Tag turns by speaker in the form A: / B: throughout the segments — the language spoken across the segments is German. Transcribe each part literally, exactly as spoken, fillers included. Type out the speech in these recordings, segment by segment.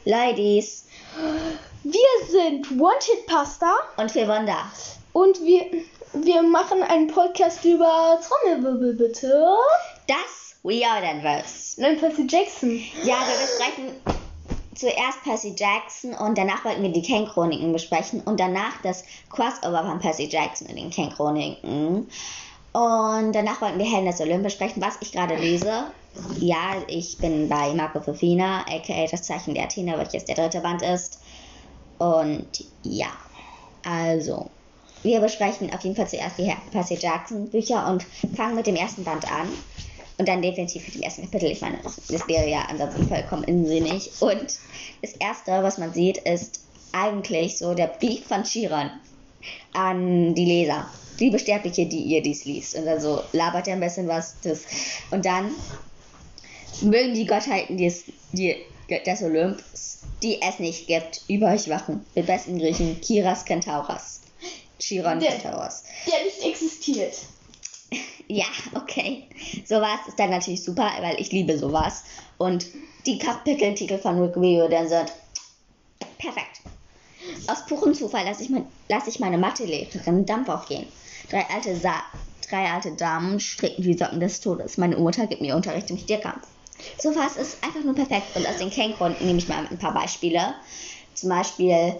A: Ladies.
B: Wir sind Wanted Pasta.
A: Und wir Wanda.
B: Und wir, wir machen einen Podcast über Trommelwirbel, bitte.
A: Das Weirdenverse.
B: Nein, Percy Jackson.
A: Ja, wir besprechen zuerst Percy Jackson und danach wollten wir die Kane-Chroniken besprechen und danach das Crossover von Percy Jackson in den Kane-Chroniken. Und danach wollten wir Helden des Olymp besprechen, was ich gerade lese. Ja, ich bin bei Marco Fifina, aka Das Zeichen der Athene, welches der dritte Band ist. Und ja, also, wir besprechen auf jeden Fall zuerst die Percy Jackson Bücher und fangen mit dem ersten Band an. Und dann definitiv mit dem ersten Kapitel. Ich meine, das wäre ja ansonsten vollkommen unsinnig. Und das Erste, was man sieht, ist eigentlich so der Brief von Chiron an die Leser. Liebe Sterbliche, die ihr dies liest. Und dann so labert er ein bisschen was. Das. Und dann mögen die Gottheiten des, die, des Olymps, die es nicht gibt, über euch wachen. Mit besten Griechen Kiras Kentauras. Chiron
B: Der-
A: Kentauras.
B: Der nicht existiert.
A: Ja, okay. Sowas ist dann natürlich super, weil ich liebe sowas. Und die Kapiteltitel von Rick Riordan sind perfekt. Aus purem Zufall lasse ich, mein, lass ich meine Mathelehrerin Dampf aufgehen. Drei alte, Sa drei alte Damen stricken die Socken des Todes. Meine Mutter gibt mir Unterricht im Stierkampf. Sowas ist einfach nur perfekt. Und aus den Kane-Chroniken nehme ich mal ein paar Beispiele. Zum Beispiel,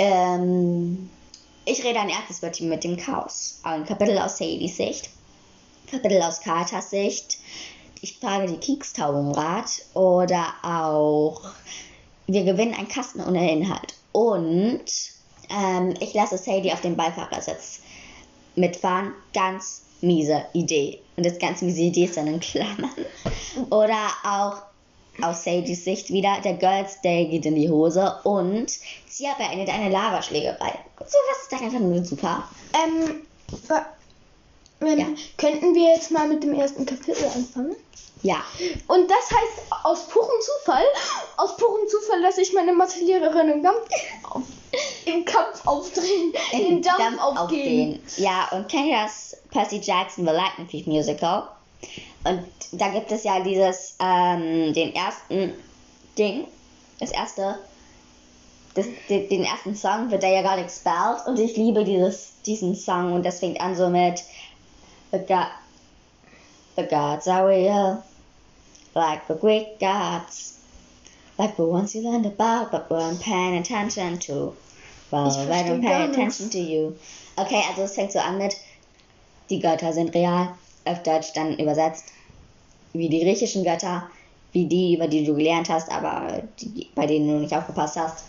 A: ähm, ich rede ein erstes Wörtchen mit dem Chaos. Ein Kapitel aus Sadie's Sicht. Kapitel aus Carters Sicht. Ich frage die Kriegstauben um Rat. Oder auch, wir gewinnen einen Kasten ohne Inhalt. Und ähm, ich lasse Sadie auf dem Beifahrersitz mitfahren. Ganz miese Idee. Und das ganz miese Idee ist dann in Klammern. Oder auch aus Sadies Sicht wieder, der Girls Day geht in die Hose und Sia beendet eine Lavaschlägerei. So was ist dann einfach nur super.
B: Ähm, wa- ähm
A: Ja.
B: könnten wir jetzt mal mit dem ersten Kapitel anfangen?
A: Ja,
B: Und das heißt, aus purem Zufall, aus purem Zufall lasse ich meine Mathelehrerin im Kampf, auf, im Kampf aufdrehen, in Dampf, aufgehen.
A: Ja, und kennt ihr das Percy Jackson The Lightning Thief Musical? Und da gibt es ja dieses, ähm, den ersten Ding, das erste, das, den, den ersten Song wird da ja gerade expelled und ich liebe dieses, diesen Song und das fängt an so mit The, God, the gods are real, like the Greek gods, like the ones you learned about but weren't paying attention to. Well,
B: Ich
A: they
B: versteh
A: don't
B: gar
A: pay
B: nichts.
A: attention to you. Okay, also es fängt so an mit die Götter sind real, auf Deutsch dann übersetzt wie die griechischen Götter, wie die, über die du gelernt hast, aber die, bei denen du nicht aufgepasst hast.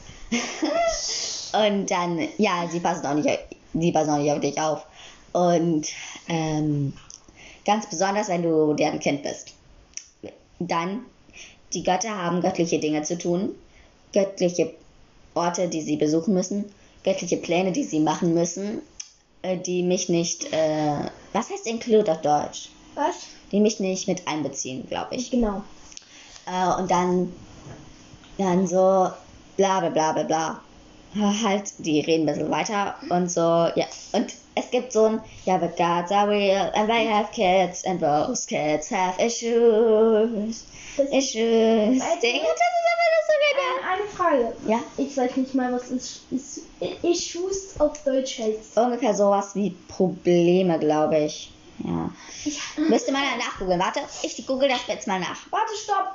A: Und dann, ja, sie passen auch nicht, sie passen auch nicht auf dich auf. Und ähm, ganz besonders, wenn du deren Kind bist. Dann, die Götter haben göttliche Dinge zu tun, göttliche Orte, die sie besuchen müssen, göttliche Pläne, die sie machen müssen, äh, die mich nicht, äh, was heißt include auf Deutsch?
B: Was?
A: Die mich nicht mit einbeziehen, glaube ich.
B: Genau.
A: Äh, und dann, dann so, bla bla bla bla bla. Halt, die reden ein bisschen weiter und so, ja. Und es gibt so ein, ja, the gods are real and they have kids and those kids have issues. Issues.
B: Weißt du-
A: Ding. Und das ist einfach nur so
B: Ähm,
A: geil.
B: eine Frage.
A: Ja,
B: Ich weiß nicht mal, was ist, ist, Issues auf Deutsch heißt.
A: ungefähr sowas wie Probleme, glaube ich. Ja.
B: Ich,
A: Müsste mal nachgoogeln. Warte, ich google das jetzt mal nach.
B: Warte, stopp!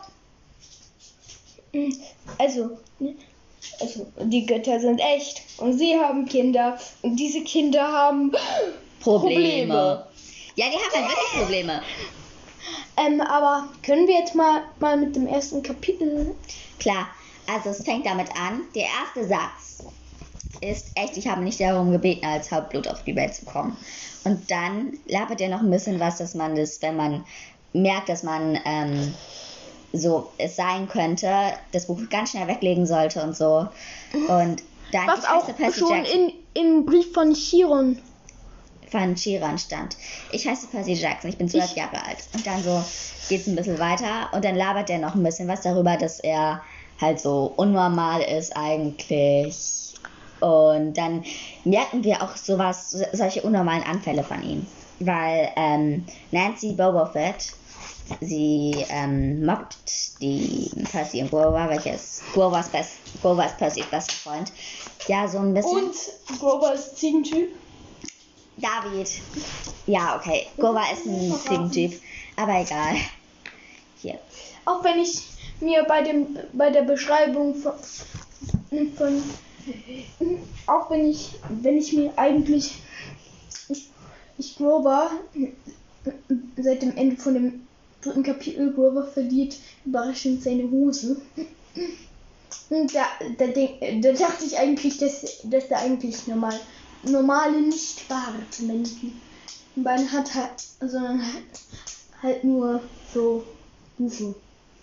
B: Also, also, die Götter sind echt und sie haben Kinder und diese Kinder haben
A: Probleme.
B: Probleme.
A: Ja, die haben halt wirklich Probleme.
B: Ähm, aber können wir jetzt mal, mal mit dem ersten Kapitel...
A: Klar, also es fängt damit an. Der erste Satz ist echt, ich habe nicht darum gebeten, als Hauptblut auf die Welt zu kommen. Und dann labert er noch ein bisschen was, dass man das, wenn man merkt, dass man ähm, so es sein könnte, das Buch ganz schnell weglegen sollte und so. Und dann
B: Was
A: ich
B: auch
A: heiße Percy
B: schon
A: Jackson
B: in, im Brief von Chiron.
A: von Chiron stand. Ich heiße Percy Jackson, ich bin zwölf
B: Ich-
A: Jahre alt. Und dann so geht's ein bisschen weiter und dann labert er noch ein bisschen was darüber, dass er halt so unnormal ist eigentlich. Und dann merken wir auch sowas, so- solche unnormalen Anfälle von ihm. Weil ähm, Nancy Boba Fett sie ähm, mobbt die Percy und Grover, welches Grovers best, Grover ist Percys bester Freund. Ja, so ein bisschen.
B: Und Grover ist Ziegentyp.
A: David. Ja, okay. Grover ist ein Ziegentyp. Aber egal. Hier.
B: Auch wenn ich mir bei dem bei der Beschreibung von, von auch wenn ich wenn ich mir eigentlich ich, ich Grover seit dem Ende von dem dritten Kapitel Grover verliert überraschend seine Hose. Und da, da, denk, da dachte ich eigentlich, dass, dass er eigentlich normal, normale, nicht wahre Menschen Beine hat, halt, sondern halt, halt nur so Hufen.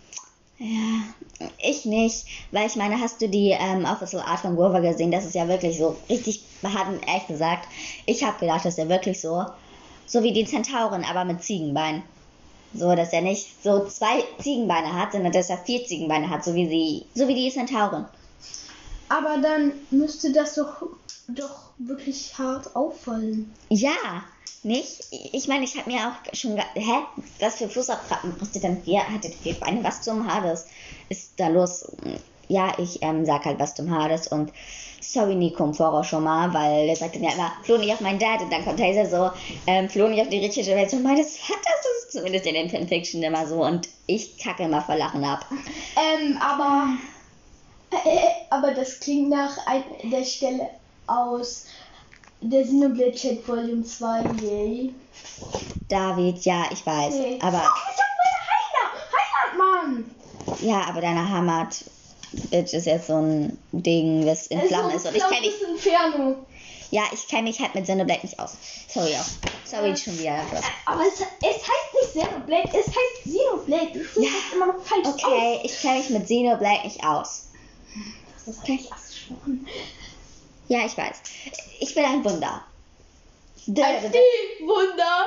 A: Ja, ich nicht, weil ich meine, hast du die ähm, Official Art von Grover gesehen? Das ist ja wirklich so richtig behaart, ehrlich gesagt. Ich habe gedacht, dass er wirklich so, so wie die Zentauren, aber mit Ziegenbein. So, dass er nicht so zwei Ziegenbeine hat, sondern dass er vier Ziegenbeine hat, so wie sie, so wie die Zentauren.
B: Aber dann müsste das doch, doch wirklich hart auffallen.
A: Ja, nicht? Ich meine, ich habe mir auch schon ge- hä? Was für Fußabtrappen hast du denn vier? Hattet vier Beine? Was zum Hades ist da los? Ja, ich ähm, sag halt was zum Hades und sorry Nico im Voraus schon mal, weil er sagt dann ja immer, floh nicht auf meinen Dad und dann kommt Hazel so, ähm, floh nicht auf die griechische Version meines Vaters, das ist zumindest in den Fanfiction immer so und ich kacke immer vor Lachen ab.
B: Ähm, aber, äh, aber das klingt nach ein, der Stelle aus der Xenoblade Chat Volume zwei, yay.
A: David, ja, ich weiß,
B: Nee.
A: aber...
B: Oh, ich hab meine Heimat, Heimatmann!
A: Ja, aber deine Heimat, Bitch, ist jetzt so ein Ding, das in Flammen ist und ich kenne mich...
B: Inferno.
A: Ja, ich kenne mich halt mit Xenoblade nicht aus. Sorry auch. Sorry schon wieder dafür.
B: Aber es, es heißt nicht Xenoblade, es heißt Xenoblade. Du sprichst
A: Ja,
B: das immer noch falsch
A: Okay,
B: aus.
A: ich kenne mich mit Xenoblade nicht aus.
B: Das ist richtig ausgesprochen.
A: Ja, ich weiß. Ich bin ein Wunder.
B: Ein Wunder.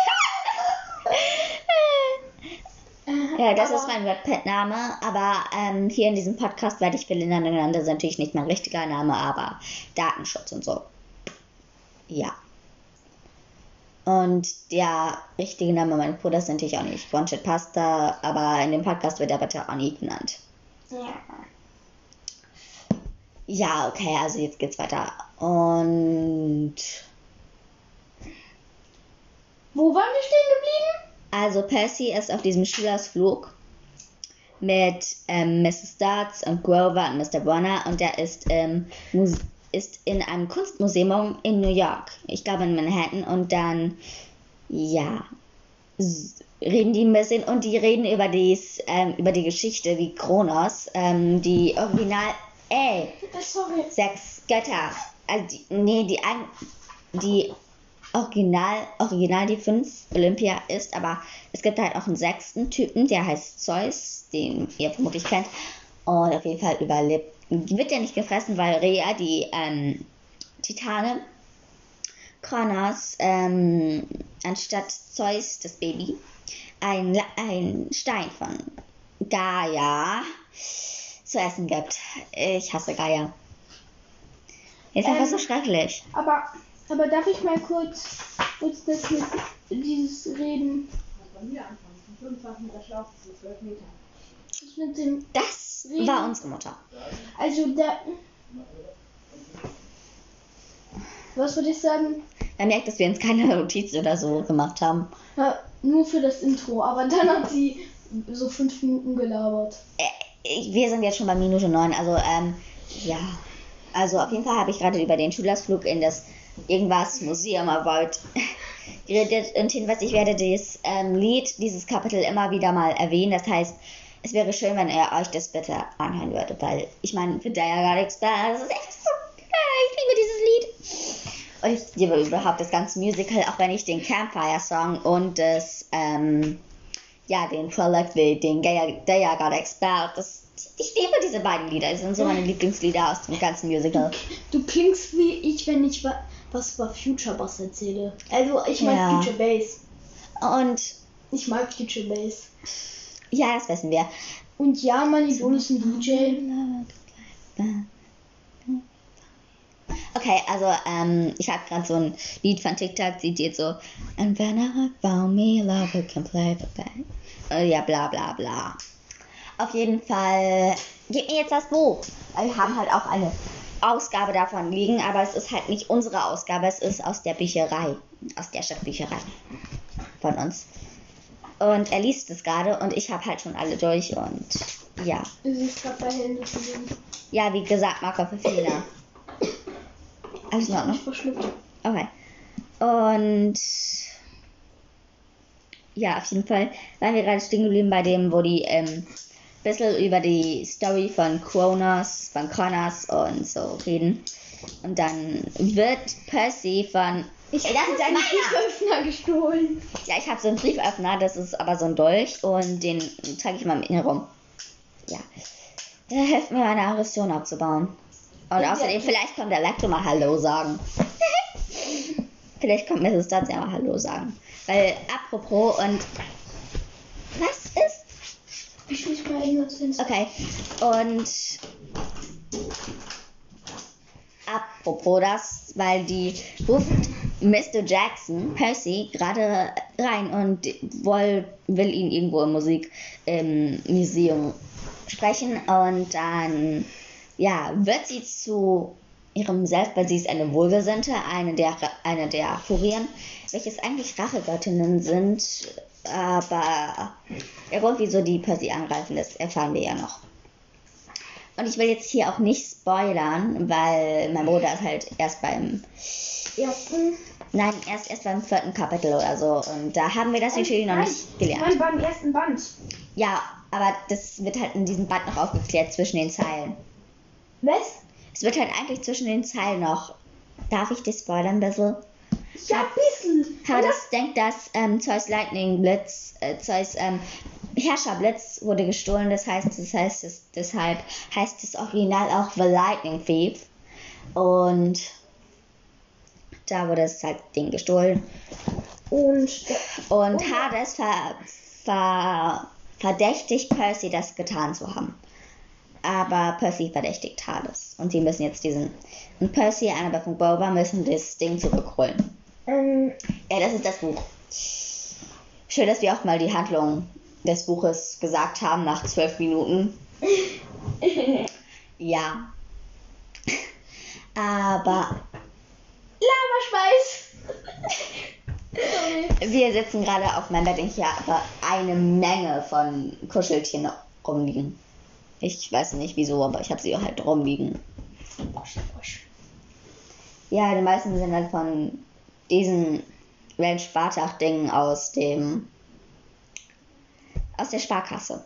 A: Ja, das
B: Aber-
A: ist mein Wattpad-Name, aber ähm, hier in diesem Podcast werde ich Belinda nennen. Das ist natürlich nicht mein richtiger Name, aber Datenschutz und so. Ja. Und der richtige Name meines Bruders ist natürlich auch nicht Wanted Pasta, aber in dem Podcast wird er bitte auch nie genannt.
B: Ja.
A: Ja, okay, also jetzt geht's weiter. Und
B: Wo waren wir stehen geblieben?
A: also Percy ist auf diesem Schülersflug mit ähm, Misses Darts und Grover und Mister Bonner und der ist, ähm, Muse- ist in einem Kunstmuseum in New York. Ich glaube in Manhattan und dann, ja, s- reden die ein bisschen und die reden über dies, ähm, über die Geschichte wie Kronos, ähm, die Original, ey,
B: Äh, Sorry.
A: sechs Götter. Also die, nee, die ein, die Original, Original die fünf Olympia ist, aber es gibt halt auch einen sechsten Typen, der heißt Zeus, den ihr vermutlich kennt. Und auf jeden Fall überlebt, wird der nicht gefressen, weil Rhea, die ähm, Titane, Kronos, ähm, anstatt Zeus, das Baby, ein, La- ein Stein von Gaia zu essen gibt. Ich hasse Gaia. Ist einfach
B: Ähm,
A: so schrecklich.
B: Aber, aber darf ich mal kurz, kurz das mit dieses Reden?
C: Bei mir anfangen. Zum fünfundzwanzig Meter Schlauch bis zu zwölf Meter.
B: Das mit dem,
A: Das
B: Reden.
A: war unsere Mutter.
B: also da. Was würde ich sagen?
A: Man merkt, dass wir uns keine Notiz oder so gemacht haben.
B: Ja, nur für das Intro, aber dann hat sie so fünf Minuten gelabert.
A: Äh, ich- wir sind jetzt schon bei Minute neun, also ähm, ja. Also auf jeden Fall habe ich gerade über den Schülersflug in das irgendwas Museum erbaut geredet und hinweis, ich werde das ähm, Lied, dieses Kapitel immer wieder mal erwähnen. Das heißt, es wäre schön, wenn ihr euch das bitte anhören würdet, weil ich meine, für Diagon Expert, das ist echt so geil, ich liebe dieses Lied. Und ich liebe überhaupt das ganze Musical, auch wenn ich den Campfire-Song und das, ähm, ja, den Prologue, den Diagon Expert, das ich liebe diese beiden Lieder. Das sind so meine Lieblingslieder aus dem ganzen Musical.
B: Du klingst wie ich, wenn ich wa- was über Future Bass erzähle. Also ich mag
A: Ja.
B: Future Bass.
A: Und
B: Ich mag Future Bass.
A: ja, das wissen wir.
B: Und ja, mein Idol ist ein D J.
A: Okay, also ähm, ich habe gerade so ein Lied von TikTok, zitiert so And when I found me love who can play the band. Äh, ja, bla bla bla. Auf jeden Fall, gib mir jetzt das Buch. Wir haben halt auch eine Ausgabe davon liegen, aber es ist halt nicht unsere Ausgabe, es ist aus der Bücherei, aus der Stadtbücherei von uns. Und er liest es gerade und ich habe halt schon alle durch und ja.
B: Du siehst gerade bei Hände zu legen.
A: Ja, wie gesagt, Marco für Fehler. Alles in Ordnung?
B: Ich verschluckt.
A: Okay. Und ja, auf jeden Fall waren wir gerade stehen geblieben bei dem, wo die ähm, bisschen über die Story von Kronos, von Kronos und so reden. Und dann wird Percy von...
B: Ich
A: Ey, das
B: habe
A: ist
B: deinen
A: meiner!
B: Brieföffner gestohlen.
A: Ja, ich habe so einen Brieföffner, das ist aber so ein Dolch und den trage ich mal mit mir rum. Ja. Der hilft mir, meine Aggression abzubauen. Und
B: Ja,
A: außerdem,
B: ja.
A: vielleicht kommt der Lektor mal Hallo sagen. Vielleicht kommt Misses Dodds ja mal Hallo sagen. Weil, apropos und... Was ist?
B: Ich schließe mal eben das Fenster.
A: Okay. Und... Apropos das, weil die ruft Mister Jackson, Percy, gerade rein und woll, will ihn irgendwo im Musik im Museum sprechen und dann ja, wird sie zu ihrem Selbst, weil sie ist eine Wohlgesinnte, eine der eine der Furien, welches eigentlich Rachegöttinnen sind, aber der Grund, wieso die Percy angreifen, das erfahren wir ja noch. Und ich will jetzt hier auch nicht spoilern, weil mein Bruder ist halt erst beim
B: Ersten.
A: Nein, erst erst beim vierten Kapitel oder so. Und da haben wir das natürlich noch
B: Nein,
A: nicht gelernt.
B: Nein, beim ersten Band.
A: Ja, aber das wird halt in diesem Band noch aufgeklärt zwischen den Zeilen.
B: Was?
A: Es wird halt eigentlich zwischen den Zeilen noch. Darf ich das spoilern ein bisschen?
B: Ja, ein bisschen.
A: Aber das denkt, dass ähm, Zeus Lightning Blitz, äh, Zeus ähm, Herrscherblitz wurde gestohlen. Das heißt, das heißt, das, deshalb heißt das Original auch The Lightning Thief. Und da wurde das halt Ding gestohlen.
B: Und,
A: Und
B: Oh.
A: Hades ver, ver, verdächtigt Percy, das getan zu haben. Aber Percy verdächtigt Hades. Und sie müssen jetzt diesen... Und Percy, Annabeth und Grover müssen das Ding zurückholen.
B: ähm,
A: Ja, das ist das Buch. Schön, dass wir auch mal die Handlung des Buches gesagt haben nach zwölf Minuten. Ja. Aber
B: Lavaschweiß.
A: wir sitzen gerade auf meinem Bett und ich habe eine Menge von Kuscheltieren rumliegen. Ich weiß nicht wieso, aber ich habe sie halt rumliegen. Ja, die meisten sind dann von diesen Weltspartach-Dingen aus dem aus der Sparkasse.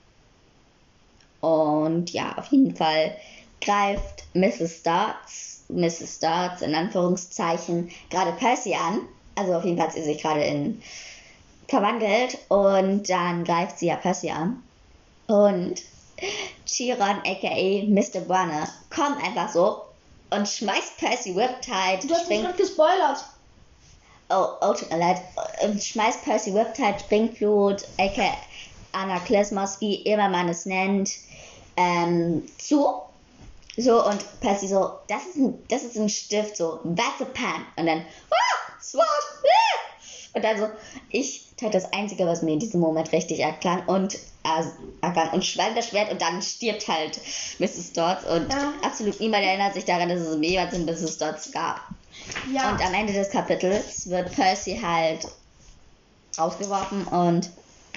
A: Und ja, auf jeden Fall greift Misses Dodds, Misses Dodds in Anführungszeichen, gerade Percy an. Also auf jeden Fall hat sie sich gerade in verwandelt und dann greift sie ja Percy an. Und Chiron, aka Mister Burner, kommt einfach so und schmeißt Percy Riptide,
B: Du hast mich
A: springt,
B: gerade gespoilert.
A: oh, oh, tut mir leid, und schmeißt Percy Riptide, Springflut, aka Anaklismos, wie immer man es nennt, ähm, zu. So, und Percy so, das ist ein, das ist ein Stift, so, that's a pen. Und dann, ah, Sword, ah! Und dann so, ich tat das Einzige, was mir in diesem Moment richtig erklang und äh, erklang und schwang das Schwert und dann stirbt halt Misses Dodds und
B: Ja.
A: absolut niemand erinnert sich daran, dass es jemals in Misses Dodds gab.
B: Ja.
A: Und am Ende des Kapitels wird Percy halt rausgeworfen und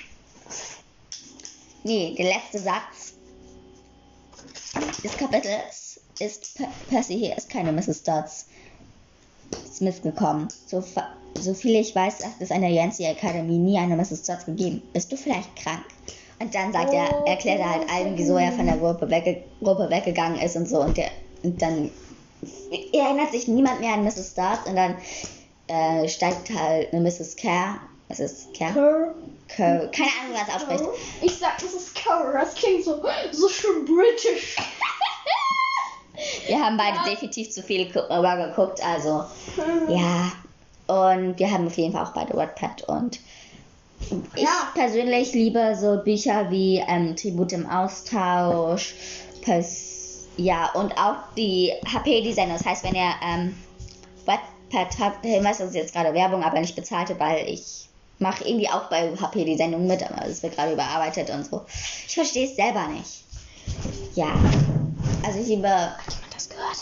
A: nee, der letzte Satz des Kapitels ist Per- Percy, hier ist keine Misses Dodds Smith gekommen. So, fa- so viel ich weiß, hat es an der Yancey Academy nie eine Misses Dodds gegeben. Bist du vielleicht krank? Und dann sagt er,
B: Oh,
A: erklärt er halt allen, wieso er von der Gruppe, wegge Gruppe weggegangen ist und so. Und, der, und dann erinnert sich niemand mehr an Misses Dodds und dann äh, steigt halt eine Misses Kerr. Es ist Kerr?
B: Kerr.
A: Kerr. Keine Ahnung, wie man es ausspricht.
B: Ich sag, das ist Kerr. Das klingt so, so schön britisch.
A: Wir haben beide
B: Ja.
A: definitiv zu viel gu- rüber geguckt, also ja. Und wir haben auf jeden Fall auch beide Wattpad und ich
B: Ja.
A: persönlich liebe so Bücher wie ähm, Tribut im Austausch, Pers Ja, und auch die H P-Designer. Das heißt, wenn ihr ähm, Wattpad habt, ich weiß, das ist jetzt gerade Werbung, aber nicht bezahlte, weil ich mache irgendwie auch bei H P-Design mit, aber es wird gerade überarbeitet und so. Ich verstehe es selber nicht. Ja, also ich liebe... Hat jemand das gehört?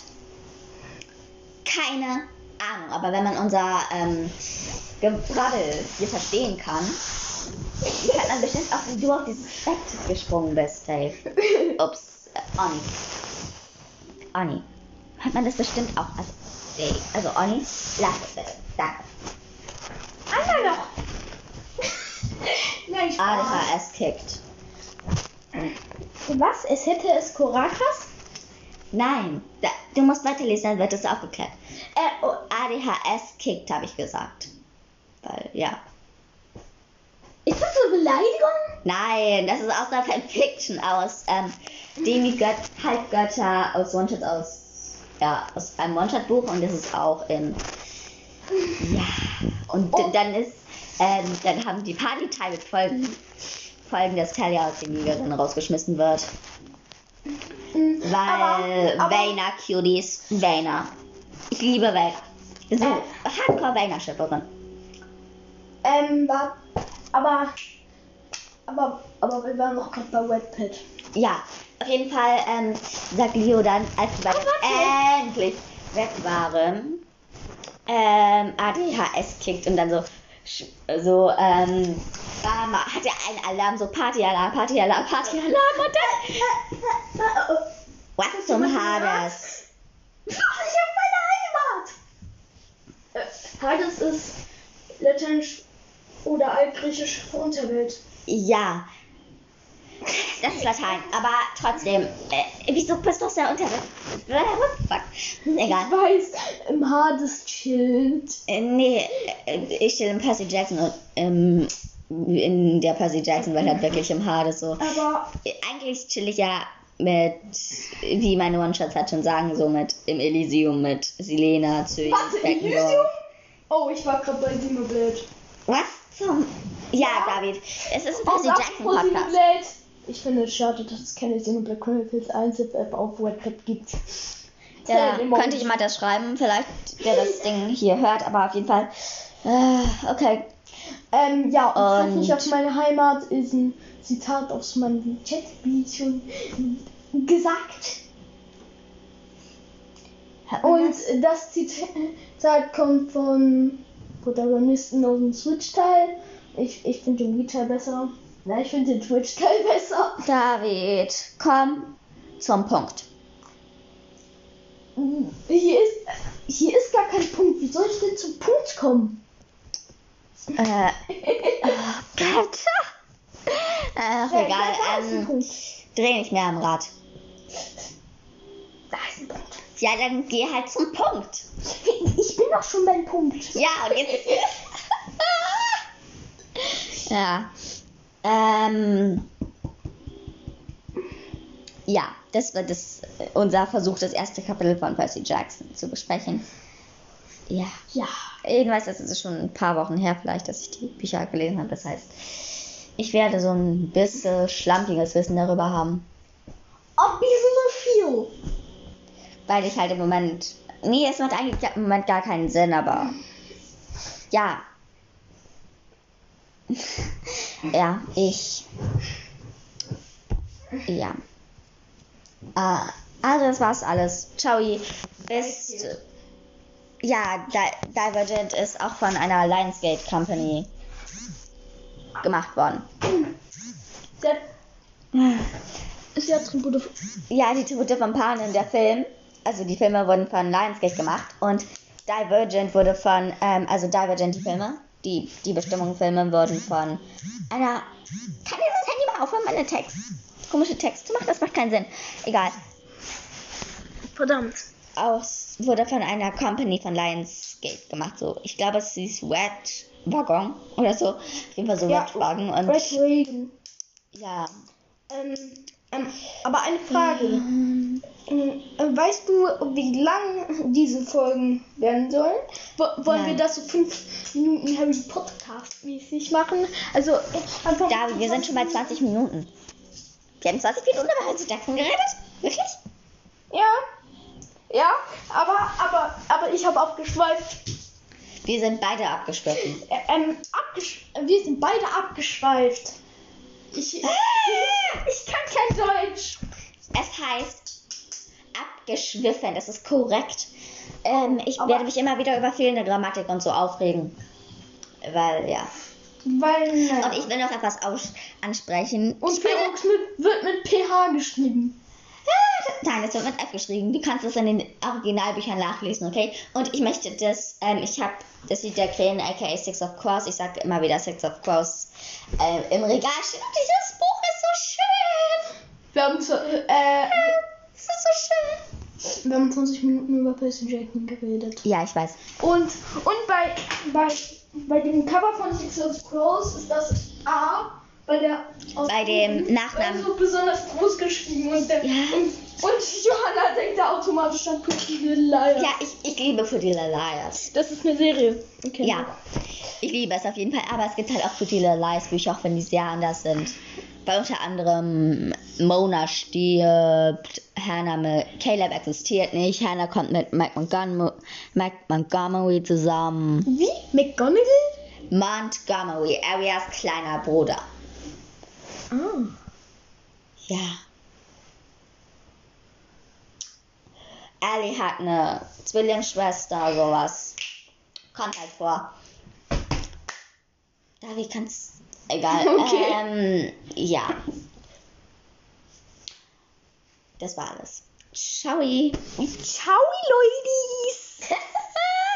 A: Keine Ahnung, aber wenn man unser ähm, Gebrabbel hier verstehen kann, kann man bestimmt auch, wie du auf dieses Bett gesprungen bist, Dave. Ups, äh, Oni. Oni. Hört man das bestimmt auch, also, Dave, also Oni, lass es bitte, danke.
B: Einmal noch. Nein,
A: A D
B: Spaß.
A: H S kickt.
B: Was? Es hätte es Korakas?
A: Nein, da, du musst weiterlesen, dann wird es aufgeklärt.
B: Äh, oh,
A: A D H S kickt, habe ich gesagt. Weil, ja.
B: ist das so eine Beleidigung?
A: Nein, das ist aus einer Fanfiction aus ähm, Demigött, Halbgötter aus One-Shot aus, ja, aus einem One-Shot-Buch und das ist auch im, ja, und
B: Oh.
A: dann ist, ähm, dann haben die Party-Time mit Folgen, Folgen, dass Talia aus den Liga rausgeschmissen wird.
B: Mhm,
A: Weil
B: aber, aber,
A: Vayner Cuties, Vayner. Ich liebe Vayner. Ich bin so
B: Äh.
A: Hardcore Vayner-Schipperin.
B: ähm, war, aber, aber, aber wir waren noch gerade bei Wattpad.
A: Ja, auf jeden Fall ähm, sagt Leo dann, als die beiden
B: warte.
A: endlich weg waren, ähm, A D H S kickt und dann so, sch- so, ähm, ähm, hat er einen Alarm, so Partyalarm, Partyalarm, Partyalarm und dann, was zum Hades?
B: Ich hab meine Heimat! Äh, Hades ist lateinisch oder altgriechisch für Unterwelt.
A: Ja, das ist Latein, aber trotzdem, äh, wieso bist du aus der Unterwelt? What the fuck? Egal.
B: Ich weiß, im Hades chillt.
A: Äh, nee, äh, ich stehe im Percy Jackson und ähm, in der Percy Jackson Welt halt wirklich im Hades so.
B: Aber
A: Äh, Eigentlich chill ich ja mit, wie meine One-Shots halt schon sagen, so mit im Elysium mit Silena, Zöi,
B: was, Elysium? Oh, ich war gerade bei Xenoblade.
A: Was zum... Ja, David, es ist ein Percy
B: Und
A: Jackson
B: apropos
A: Podcast.
B: Xenoblade. Ich finde es schade, dass es keine Xenoblade Chronicles eins App auf Wattpad gibt.
A: Ja,
B: Zählen immer
A: könnte ich mal das schreiben, vielleicht der das Ding hier hört, aber auf jeden Fall. Äh, okay.
B: Ähm, ja, und
A: Und-
B: Fluch nicht auf meine Heimat ist ein Zitat aus meinem Chat, wie schon gesagt.
A: Hört man
B: Und
A: das?
B: das Zitat kommt von Protagonisten aus dem Switch-Teil. Ich, ich finde den Wii-Teil besser. Na, ich finde den Twitch-Teil besser.
A: David, komm zum Punkt.
B: Hier ist, hier ist gar kein Punkt. Wie soll ich denn zum Punkt kommen?
A: Äh, oh Gott. Ach,
B: Ja,
A: egal.
B: da ist ein
A: Ähm,
B: Punkt.
A: dreh nicht mehr am Rad.
B: Da ist ein Punkt.
A: Ja, dann geh halt zum Punkt.
B: Ich bin doch schon beim Punkt.
A: Ja, und jetzt. ja. Ähm. Ja, das wird das, unser Versuch, das erste Kapitel von Percy Jackson zu besprechen. Ja.
B: Ja.
A: Ich weiß, das ist schon ein paar Wochen her vielleicht, dass ich die Bücher gelesen habe. Das heißt, ich werde so ein bisschen schlampiges Wissen darüber haben.
B: Ob wieso so viel?
A: Weil ich halt im Moment... Nee, es macht eigentlich im Moment gar keinen Sinn, aber... Ja. ja, ich... Ja. Äh, also das war's alles. Ciao. Bis... Ja, Di- Divergent ist auch von einer Lionsgate Company gemacht worden.
B: Der ist ja Tribute.
A: Ja, die Tribute von Panem, der Film, also die Filme wurden von Lionsgate gemacht und Divergent wurde von, ähm, also Divergent die Filme, die, die Bestimmungsfilme wurden von einer, kann dieses Handy mal aufhören, meine Text, komische Text zu machen, das macht keinen Sinn, egal,
B: Verdammt.
A: aus, wurde von einer Company von Lionsgate gemacht, so, ich glaube es hieß Red Wagon oder so, auf jeden Fall so
B: Ja,
A: Red Wagon und,
B: Red Reagan.
A: ja,
B: Ähm, ähm, aber eine Frage. Ähm, weißt du, wie lang diese Folgen werden sollen? Wo, wollen
A: Nein.
B: wir das so fünf Minuten Harry Podcast mäßig machen? Also, äh, einfach
A: David, wir sind schon bei zwanzig Minuten. Wir haben zwanzig Minuten über Percy Jackson geredet? Wirklich?
B: Ja. Ja, aber, aber, aber ich habe abgeschweift.
A: Wir sind beide abgeschwiffen.
B: Ä- Ähm, abgesch wir sind beide abgeschweift. Ich, ich kann kein Deutsch.
A: Es heißt abgeschwiffen, das ist korrekt. Ähm, ich
B: Aber-
A: werde mich immer wieder über fehlende Grammatik und so aufregen. Weil, ja.
B: Weil, naja.
A: Und ich will noch etwas aus ansprechen.
B: Und
A: Ich meine-
B: Ferox mit, wird mit P H geschrieben.
A: Nein, es wird mit F geschrieben. Du kannst es in den Originalbüchern nachlesen, okay? Und ich möchte das, ähm, ich habe das Lied der Krähen, aka Six of Crows, ich sage immer wieder Six of Crows, ähm, im Regal stehen. Und dieses Buch ist so schön.
B: Wir haben, zu, äh,
A: Es ist so schön.
B: wir haben zwanzig Minuten über Percy Jackson geredet.
A: Ja, ich weiß.
B: Und, und bei, bei, bei dem Cover von Six of Crows ist das A bei der
A: Bei dem Nachnamen.
B: so besonders groß geschrieben und, der,
A: Ja.
B: und, und Johanna denkt da automatisch an Pretty Little Liars.
A: Ja, ich, ich liebe Pretty Little Liars.
B: Das ist eine Serie. Okay.
A: Ja, ich liebe es auf jeden Fall. Aber es gibt halt auch Pretty Little Liars Bücher, auch wenn die sehr anders sind. Bei unter anderem Mona stirbt, Hannah mit Caleb existiert nicht, Hannah kommt mit Mike Montgomery, Mike Montgomery zusammen.
B: Wie? McGonagall?
A: Montgomery, Arias kleiner Bruder.
B: Ah.
A: Ja. Ellie hat eine Zwillingsschwester, sowas. Kommt halt vor. Davi kann's. Egal.
B: Okay.
A: Ähm, ja. Das war alles. Ciao.
B: Ciao, Ladies!